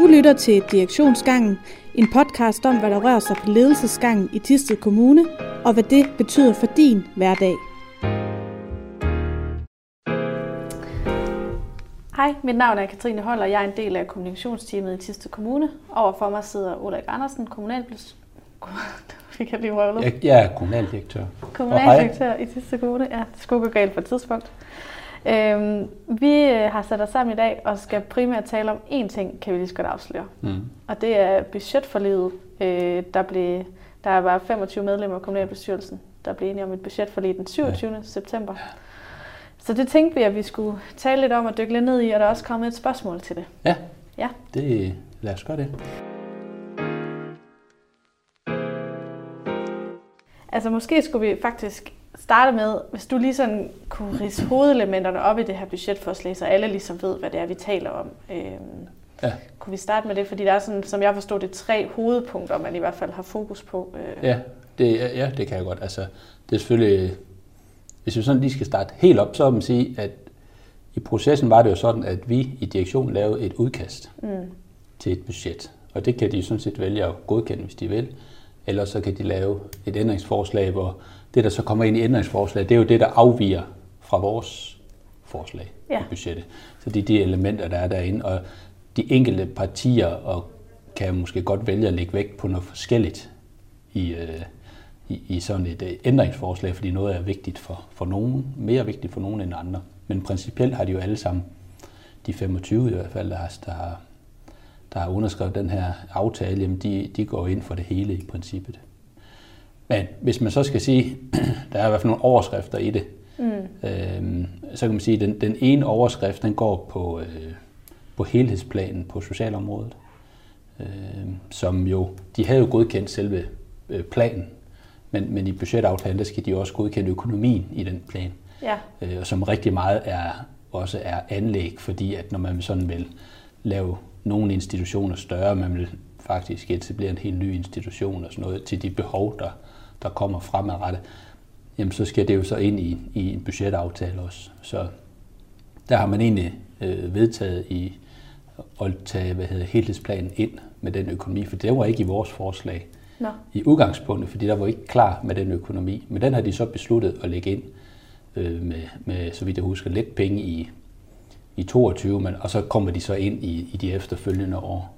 Du lytter til Direktionsgangen, en podcast om, hvad der rører sig på ledelsesgangen i Thisted Kommune, og hvad det betyder for din hverdag. Hej, mit navn er Katrine Holder, og jeg er en del af kommunikationsteamet i Thisted Kommune. Overfor mig sidder Ulrik Andersen, Jeg er kommunaldirektør. Kommunaldirektør i Thisted Kommune. Ja, det skulle gå galt på et tidspunkt. Vi har sat os sammen i dag og skal primært tale om én ting, kan vi lige så godt afsløre. Og det er budgetforliget. Der var 25 medlemmer af kommunalbestyrelsen, der blev enige om et budgetforlig den 27. september. Så det tænkte vi, at vi skulle tale lidt om og dykke lidt ned i, og der er også kommet et spørgsmål til det. Ja. Lad os gøre det. Altså måske skulle vi faktisk starte med, hvis du lige sådan kunne ridse hovedelementerne op i det her budgetforslag, så alle ligesom ved, hvad det er, vi taler om. Kunne vi starte med det? Fordi der er sådan, som jeg forstår, det 3 hovedpunkter, man i hvert fald har fokus på. Det kan jeg godt. Altså, det er selvfølgelig, hvis vi sådan lige skal starte helt op, så vil man sige, at i processen var det jo sådan, at vi i direktionen lavede et udkast til et budget. Og det kan de sådan set vælge at godkende, hvis de vil. Eller så kan de lave et ændringsforslag, hvor det, der så kommer ind i ændringsforslag, det er jo det, der afviger fra vores forslag i budgettet. Så det er de elementer, der er derinde. Og de enkelte partier og kan måske godt vælge at lægge vægt på noget forskelligt i sådan et ændringsforslag, fordi noget er vigtigt for nogen, mere vigtigt for nogen end andre. Men principielt har de jo alle sammen, de 25 i hvert fald, der har underskrevet den her aftale, jamen de går ind for det hele i princippet. Men hvis man så skal sige, der er i hvert fald nogle overskrifter i det, så kan man sige, at den ene overskrift, den går på helhedsplanen på socialområdet, som jo, de havde jo godkendt selve planen, men i budgetaftalen, der skal de også godkende økonomien i den plan, og som rigtig meget også er anlæg, fordi at når man sådan vil lave nogle institutioner større, man vil faktisk etablere en helt ny institution og sådan noget til de behov, der kommer fremadrettet, jamen så skal det jo så ind i en budgetaftale også. Så der har man egentlig vedtaget at tage helhedsplanen ind med den økonomi, for det var ikke i vores forslag i udgangspunktet, fordi der var ikke klar med den økonomi. Men den har de så besluttet at lægge ind med så vidt jeg husker, lidt penge i 22, og så kommer de så ind i de efterfølgende år.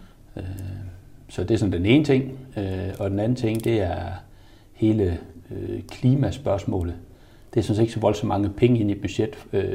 Så det er sådan den ene ting, og den anden ting, det er hele klimaspørgsmålet. Det er sådan set ikke så voldsomt mange penge ind i budget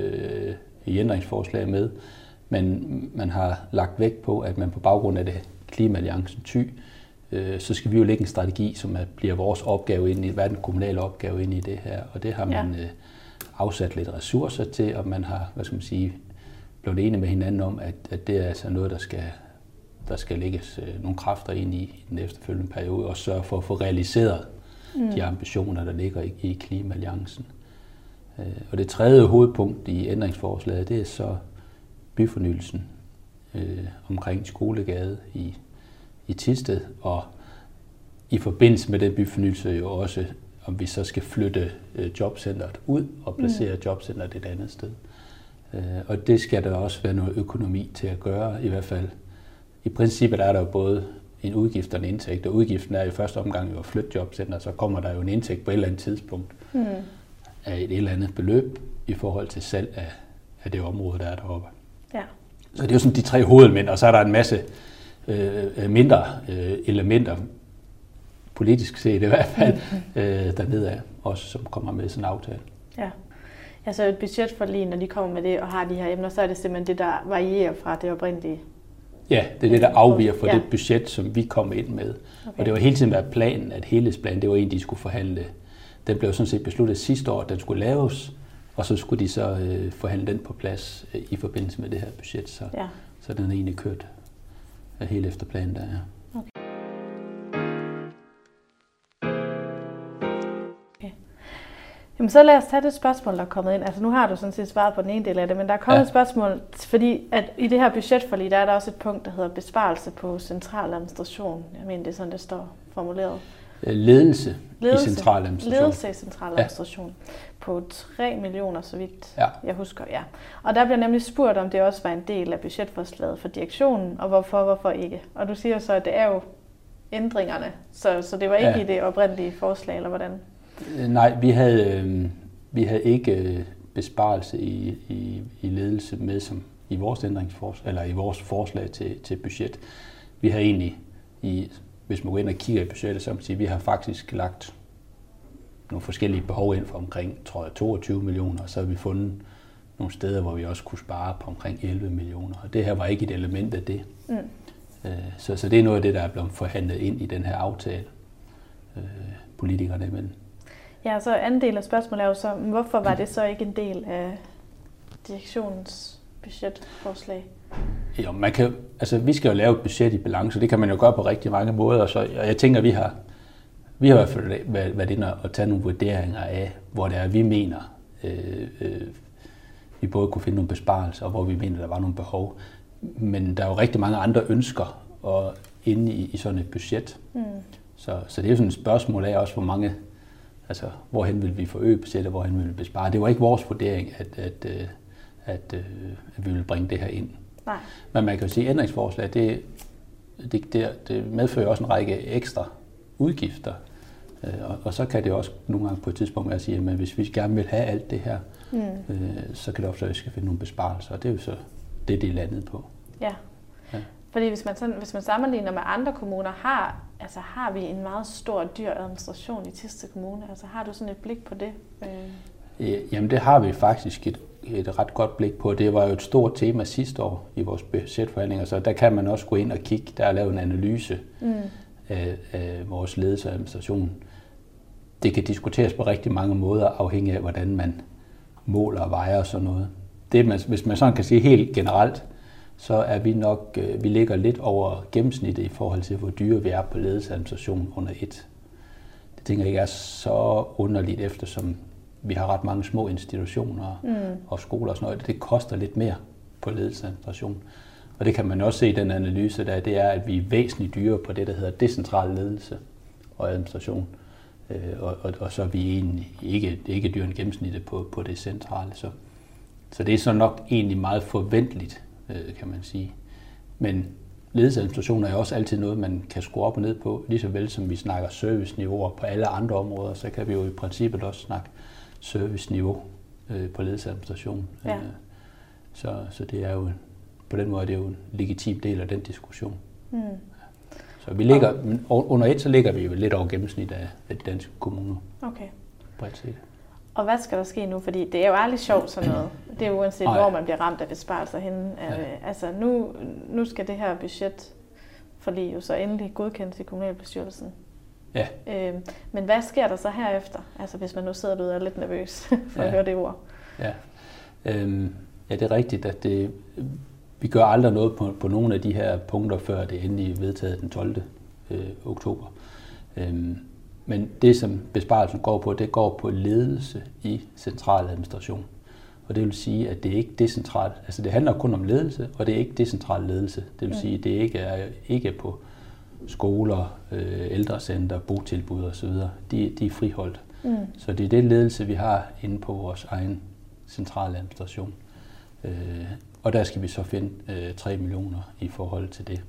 i ændringsforslag med, men man har lagt vægt på, at man på baggrund af det Klimaalliancen Thy, så skal vi jo lægge en strategi, som bliver vores opgave ind i, hvad er den kommunale opgave ind i det her, og det har man afsat lidt ressourcer til, og man har, blevet enige med hinanden om, at det er altså noget, der skal lægges nogle kræfter ind i den efterfølgende periode, og sørge for at få realiseret de ambitioner, der ligger i Klimaalliancen. Og det tredje hovedpunkt i ændringsforslaget, det er så byfornyelsen omkring Skolegade i Thisted, og i forbindelse med den byfornyelse jo også, om vi så skal flytte jobcentret ud og placere jobcentret et andet sted. Og det skal der også være noget økonomi til at gøre, i hvert fald. I princippet er der jo både en udgift og en indtægt, og udgiften er i første omgang jo at flytte jobcentret, så kommer der jo en indtægt på et eller andet tidspunkt af et eller andet beløb i forhold til salg af det område, der er deroppe. Ja. Så det er jo sådan de 3 hovedelementer, og så er der en masse mindre elementer, politisk set i hvert fald, dernede af, også som kommer med sådan en aftale. Ja, så et budgetforlig, når de kommer med det og har de her emner, så er det simpelthen det, der varierer fra det oprindelige. Ja, det er det, der afviger fra det budget, som vi kom ind med. Okay. Og det var hele tiden været planen, at helhedsplanen, det var en, de skulle forhandle. Den blev sådan set besluttet sidste år, at den skulle laves, og så skulle de så forhandle den på plads i forbindelse med det her budget. Så den er egentlig kørt helt efter planen, der er. Jamen så lad os tage det spørgsmål, der er kommet ind. Altså nu har du sådan set svaret på den ene del af det, men der er kommet et spørgsmål, fordi at i det her budgetforlig, der er der også et punkt, der hedder besparelse på central administration. Jeg mener, det er sådan, det står formuleret. Ledelse i centraladministration. Ledelse i centraladministration på 3 millioner, så vidt jeg husker. Ja. Og der bliver nemlig spurgt, om det også var en del af budgetforslaget for direktionen, og hvorfor ikke. Og du siger så, at det er jo ændringerne, så det var ikke i det oprindelige forslag, eller hvordan? Nej, vi havde ikke besparelse i ledelse med som i vores ændringsforslag, eller i vores forslag til budget. Vi har egentlig, hvis man går ind og kigger i budgettet, så kan man sige, at vi har faktisk lagt nogle forskellige behov ind for omkring, tror jeg, 22 millioner, og så har vi fundet nogle steder, hvor vi også kunne spare på omkring 11 millioner. Og det her var ikke et element af det. Så det er noget af det, der er blevet forhandlet ind i den her aftale, politikerne imellem. Ja, så anden del af spørgsmålet er jo så, hvorfor var det så ikke en del af direktionens budgetforslag? Jo, vi skal jo lave et budget i balance, det kan man jo gøre på rigtig mange måder, og jeg tænker, vi har i hvert fald været inde og tage nogle vurderinger af, hvor det er, vi mener, vi både kunne finde nogle besparelser, og hvor vi mener, der var nogle behov. Men der er jo rigtig mange andre ønsker inde i sådan et budget. Så det er jo sådan et spørgsmål af også, hvor mange, altså hvorhen vil vi forøge budgettet, hvorhen vil vi bespare. Det var ikke vores vurdering, at vi vil bringe det her ind. Nej. Men man kan jo sige, at ændringsforslag, det medfører også en række ekstra udgifter. Og så kan det også nogle gange på et tidspunkt være at sige, at hvis vi gerne vil have alt det her, så kan det også være, at vi skal finde nogle besparelser. Og det er jo så det er landet på. Ja. Fordi hvis man sammenligner med andre kommuner, har vi en meget stor og dyr administration i Thisted Kommune. Altså har du sådan et blik på det? Jamen det har vi faktisk et ret godt blik på. Det var jo et stort tema sidste år i vores budgetforhandlinger, så der kan man også gå ind og kigge. Der er lavet en analyse af vores ledelse og administration. Det kan diskuteres på rigtig mange måder, afhængig af, hvordan man måler og vejer og sådan noget. Hvis man sådan kan sige helt generelt, så er vi ligger lidt over gennemsnittet i forhold til, hvor dyre vi er på ledelse og administration under et. Det tænker jeg ikke er så underligt, eftersom vi har ret mange små institutioner og skoler og sådan noget. Det koster lidt mere på ledelse og administration. Og det kan man også se i den analyse, det er, at vi er væsentligt dyre på det, der hedder decentral ledelse og administration. Og så er vi egentlig ikke dyrere end gennemsnittet på det centrale. Så det er så nok egentlig meget forventeligt, kan man sige. Men ledelse og administration er jo også altid noget, man kan skrue op og ned på. Lige så vel som vi snakker serviceniveauer på alle andre områder, så kan vi jo i princippet også snakke serviceniveau på ledelse og administration. Ja. Så det er jo på den måde er det jo en legitim del af den diskussion. Så vi ligger under et, så ligger vi jo lidt over gennemsnit af de danske kommuner. Okay. Bredt set. Og hvad skal der ske nu? Fordi det er jo aldrig sjovt sådan noget. Det er jo uanset, hvor man bliver ramt af besparelser henne. Ja. Altså nu skal det her budget forlig jo så endelig godkendes i kommunalbestyrelsen. Ja. Men hvad sker der så herefter? Altså hvis man nu sidder derude og er lidt nervøs for at høre det ord. Ja. Ja, det er rigtigt, at vi gør aldrig noget på nogle af de her punkter, før det endelig vedtaget den 12. oktober. Men det, som besparelsen går på, det går på ledelse i centraladministration. Og det vil sige, at det er ikke decentral. Altså det handler kun om ledelse, og det er ikke decentral ledelse. Det vil sige, at det ikke er på skoler, ældrecenter, botilbud osv. De er friholdt. Så det er den ledelse, vi har inde på vores egen centraladministration. Og der skal vi så finde 3 millioner i forhold til det.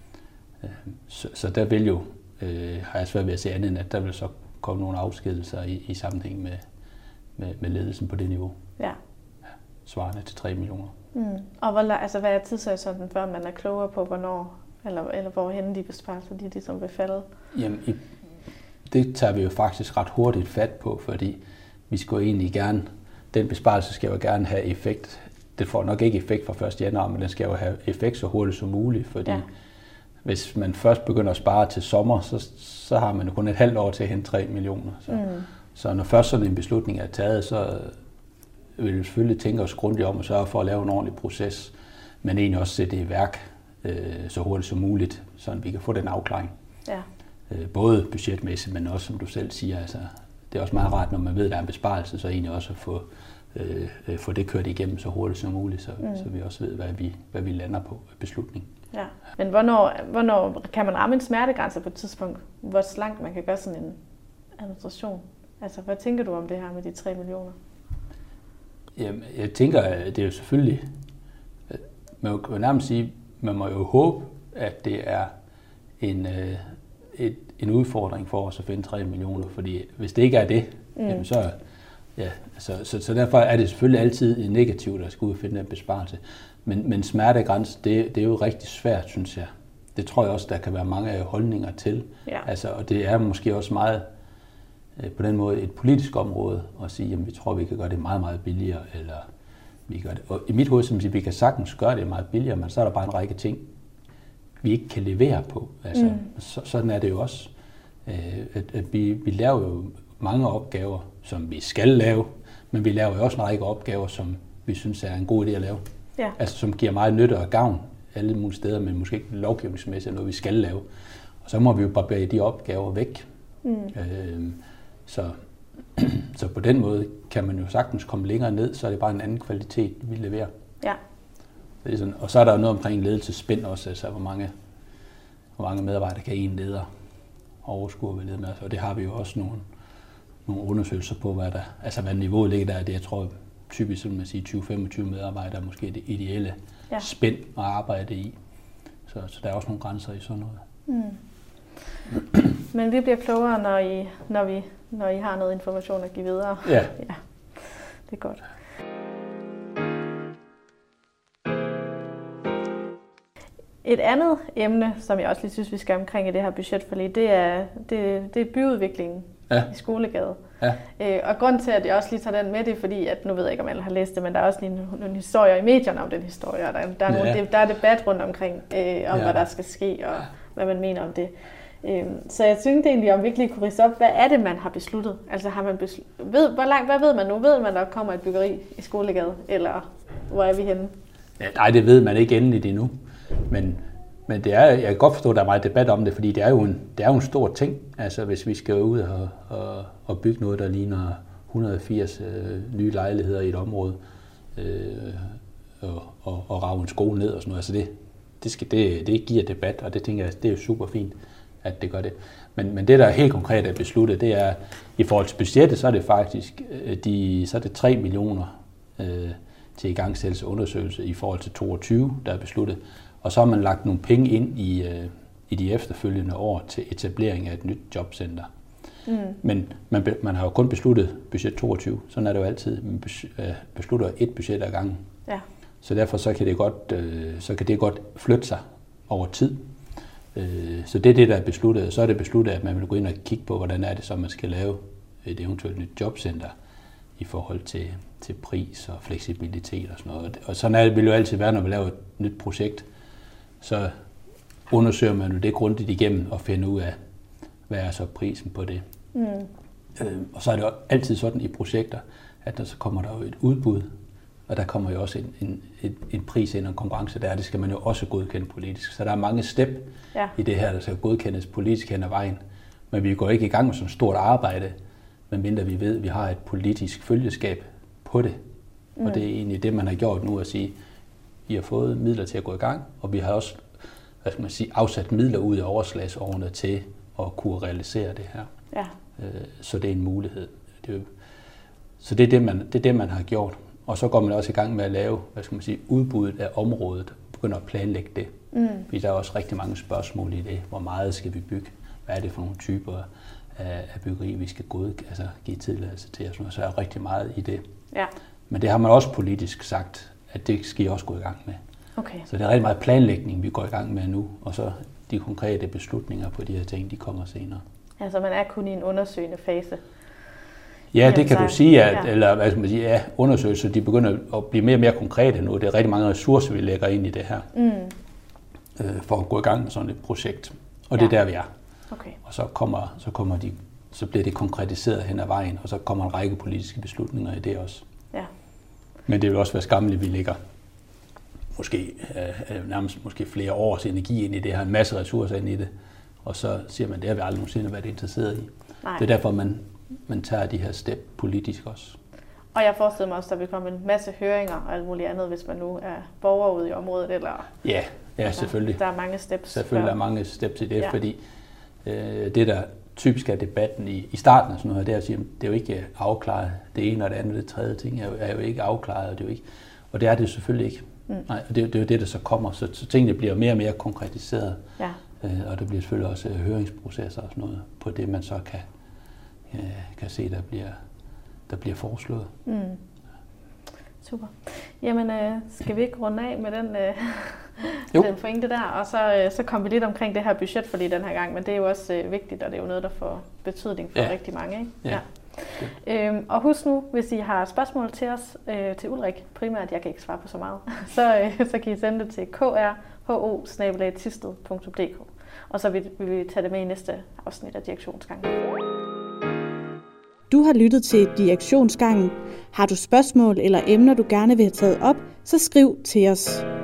Så der vil jo, har jeg svært ved at se andet end, at der vil så komme nogle afskedelser i sammenhæng med ledelsen på det niveau. Ja. Svarende til 3 millioner. Og hvad er tidshorisonten, før man er klogere på, hvornår, eller hvorhen de besparelser, de ligesom vil falde? Jamen, det tager vi jo faktisk ret hurtigt fat på, fordi vi skal jo egentlig gerne, den besparelse skal jo gerne have effekt. Det får nok ikke effekt fra 1. januar, men den skal jo have effekt så hurtigt som muligt, fordi hvis man først begynder at spare til sommer, så har man jo kun et halvt år til at hente 3 millioner. Så når først sådan en beslutning er taget, så vil vi selvfølgelig tænke os grundigt om at sørge for at lave en ordentlig proces, men egentlig også sætte det i værk så hurtigt som muligt, så vi kan få den afklaring. Ja. Både budgetmæssigt, men også som du selv siger, altså, det er også meget rart, når man ved, at der er en besparelse, så egentlig også at få få det kørt igennem så hurtigt som muligt, så vi også ved, hvad vi lander på beslutning. Ja. Men hvornår kan man ramme en smertegrænse på et tidspunkt? Hvor slank man kan gøre sådan en administration? Altså, hvad tænker du om det her med de 3 millioner? Jamen, jeg tænker, at det er jo selvfølgelig, man kan nærmest sige, man må jo håbe, at det er en udfordring for os at finde 3 millioner, fordi hvis det ikke er det, jamen så derfor er det selvfølgelig altid negativt at skulle ud og finde en besparelse. Men smertegrænse, det er jo rigtig svært, synes jeg. Det tror jeg også, der kan være mange holdninger til. Ja. Altså, og det er måske også meget på den måde et politisk område at sige, jamen vi tror, vi kan gøre det meget, meget billigere, eller vi gør det. Og i mit hoved, som siger, vi kan sagtens gøre det meget billigere, men så er der bare en række ting, vi ikke kan levere på. Altså, sådan er det jo også. At vi laver jo mange opgaver, som vi skal lave, men vi laver jo også en række opgaver, som vi synes er en god idé at lave. Ja. Altså som giver meget nytte og gavn alle mulige steder, men måske ikke lovgivningsmæssigt noget, vi skal lave. Og så må vi jo barbere de opgaver væk. Så på den måde kan man jo sagtens komme længere ned, så er det bare en anden kvalitet, vi leverer. Ja. Det er sådan. Og så er der jo noget omkring ledelsesspænd også, altså hvor mange medarbejdere kan en leder overskue ved lede med. Og det har vi jo også nogle undersøgelser på, hvad niveauet ligger der. Det jeg tror typisk, som man siger, 20-25 medarbejdere er måske det ideelle spænd at arbejde i. Så der er også nogle grænser i sådan noget. Men vi bliver klogere, når I har noget information at give videre. Ja. Ja. Det er godt. Et andet emne, som jeg også lige synes, vi skal omkring i det her budgetforlig, det er byudviklingen i Skolegade. Ja. Og grund til, at jeg også lige tager den med, det er fordi, at nu ved jeg ikke, om alle har læst det, men der er også lige nogle historier i medierne om den historie, og der er debat rundt omkring, hvad der skal ske, og hvad man mener om det. Så jeg tænkte egentlig, om vi ikke lige kunne ridse op, hvad er det, man har besluttet? Altså har man hvad ved man nu? Ved man, der kommer et byggeri i Skolegade, eller hvor er vi henne? Ja, nej, det ved man ikke endeligt endnu. Men det er, jeg kan godt forstå, at der er meget debat om det, fordi det er jo en stor ting. Altså hvis vi skal ud og bygge noget, der ligner 180 nye lejligheder i et område, og rage en skole ned og sådan noget. Altså det giver debat, og det tænker jeg, det er jo super fint, at det gør det. Men det, der er helt konkret er besluttet, det er, i forhold til budgettet, så er det faktisk så er det 3 millioner til igangsættelse undersøgelse i forhold til 22, der er besluttet. Og så har man lagt nogle penge ind i de efterfølgende år til etablering af et nyt jobcenter. Men man har jo kun besluttet budget 22, sådan er det jo altid. Man beslutter et budget ad gangen. Ja. Så derfor så kan det godt flytte sig over tid. Så det er det, der er besluttet. Så er det besluttet, at man vil gå ind og kigge på, hvordan er det så, man skal lave et eventuelt nyt jobcenter i forhold til pris og fleksibilitet og sådan noget. Og sådan vil det jo altid være, når vi laver et nyt projekt. Så undersøger man jo det grundigt igennem og finder ud af, hvad er så prisen på det. Og så er det jo altid sådan i projekter, at så kommer der jo et udbud, og der kommer jo også en pris ind og en konkurrence der. Det skal man jo også godkende politisk. Så der er mange step i det her, der skal godkendes politisk hen ad vejen. Men vi går ikke i gang med sådan et stort arbejde, medmindre vi ved, at vi har et politisk følgeskab på det. Og det er egentlig det, man har gjort nu, at sige, vi har fået midler til at gå i gang, og vi har også afsat midler ud af overslagsårene til at kunne realisere det her. Ja. Så det er en mulighed. Så det er det, man har gjort. Og så går man også i gang med at lave, udbuddet af området, og begynder at planlægge det. Fordi der er også rigtig mange spørgsmål i det. Hvor meget skal vi bygge? Hvad er det for nogle typer af byggeri, vi skal give tilladelse til? Så er der rigtig meget i det. Ja. Men det har man også politisk sagt, at det skal I også gå i gang med. Okay. Så det er rigtig meget planlægning, vi går i gang med nu, og så de konkrete beslutninger på de her ting, de kommer senere. Altså man er kun i en undersøgende fase? Ja, det kan du sige, eller undersøgelser, de begynder at blive mere og mere konkrete nu. Det er rigtig mange ressourcer, vi lægger ind i det her, for at gå i gang med sådan et projekt. Og det er der, vi er. Okay. Og så bliver det konkretiseret hen ad vejen, og så kommer en række politiske beslutninger i det også. Ja. Men det vil også være skammeligt, at vi lægger måske flere års energi ind i det, har en masse ressourcer ind i det, og så siger man, det har vi aldrig nogensinde været interesseret i. Nej. Det er derfor, man tager de her step politisk også. Og jeg forestiller mig også, at der vil komme en masse høringer og alt muligt andet, hvis man nu er borger ude i området. Eller, ja, selvfølgelig. Der er mange steps. Selvfølgelig er mange steps i det, fordi det, der typisk er debatten i starten af sådan noget, det er at sige, at det er jo ikke afklaret. Det ene og det andet og det tredje ting er jo ikke afklaret, og det er jo ikke, og det er det selvfølgelig ikke. Nej, og det er jo det, der så kommer. Så tingene bliver mere og mere konkretiseret. Ja. Og der bliver selvfølgelig også høringsprocesser og sådan noget på det, man så kan se, der bliver foreslået. Super. Jamen, skal vi ikke runde af med den pointe der, og så kommer vi lidt omkring det her budget for lige den her gang, men det er jo også vigtigt, og det er jo noget, der får betydning for rigtig mange, ikke? Ja. Og husk nu, hvis I har spørgsmål til os, til Ulrik primært, jeg kan ikke svare på så meget, så kan I sende det til krho@thisted.dk, og så vil vi tage det med i næste afsnit af Direktionsgangen. Du har lyttet til Direktionsgangen. Har du spørgsmål eller emner, du gerne vil have taget op, så skriv til os.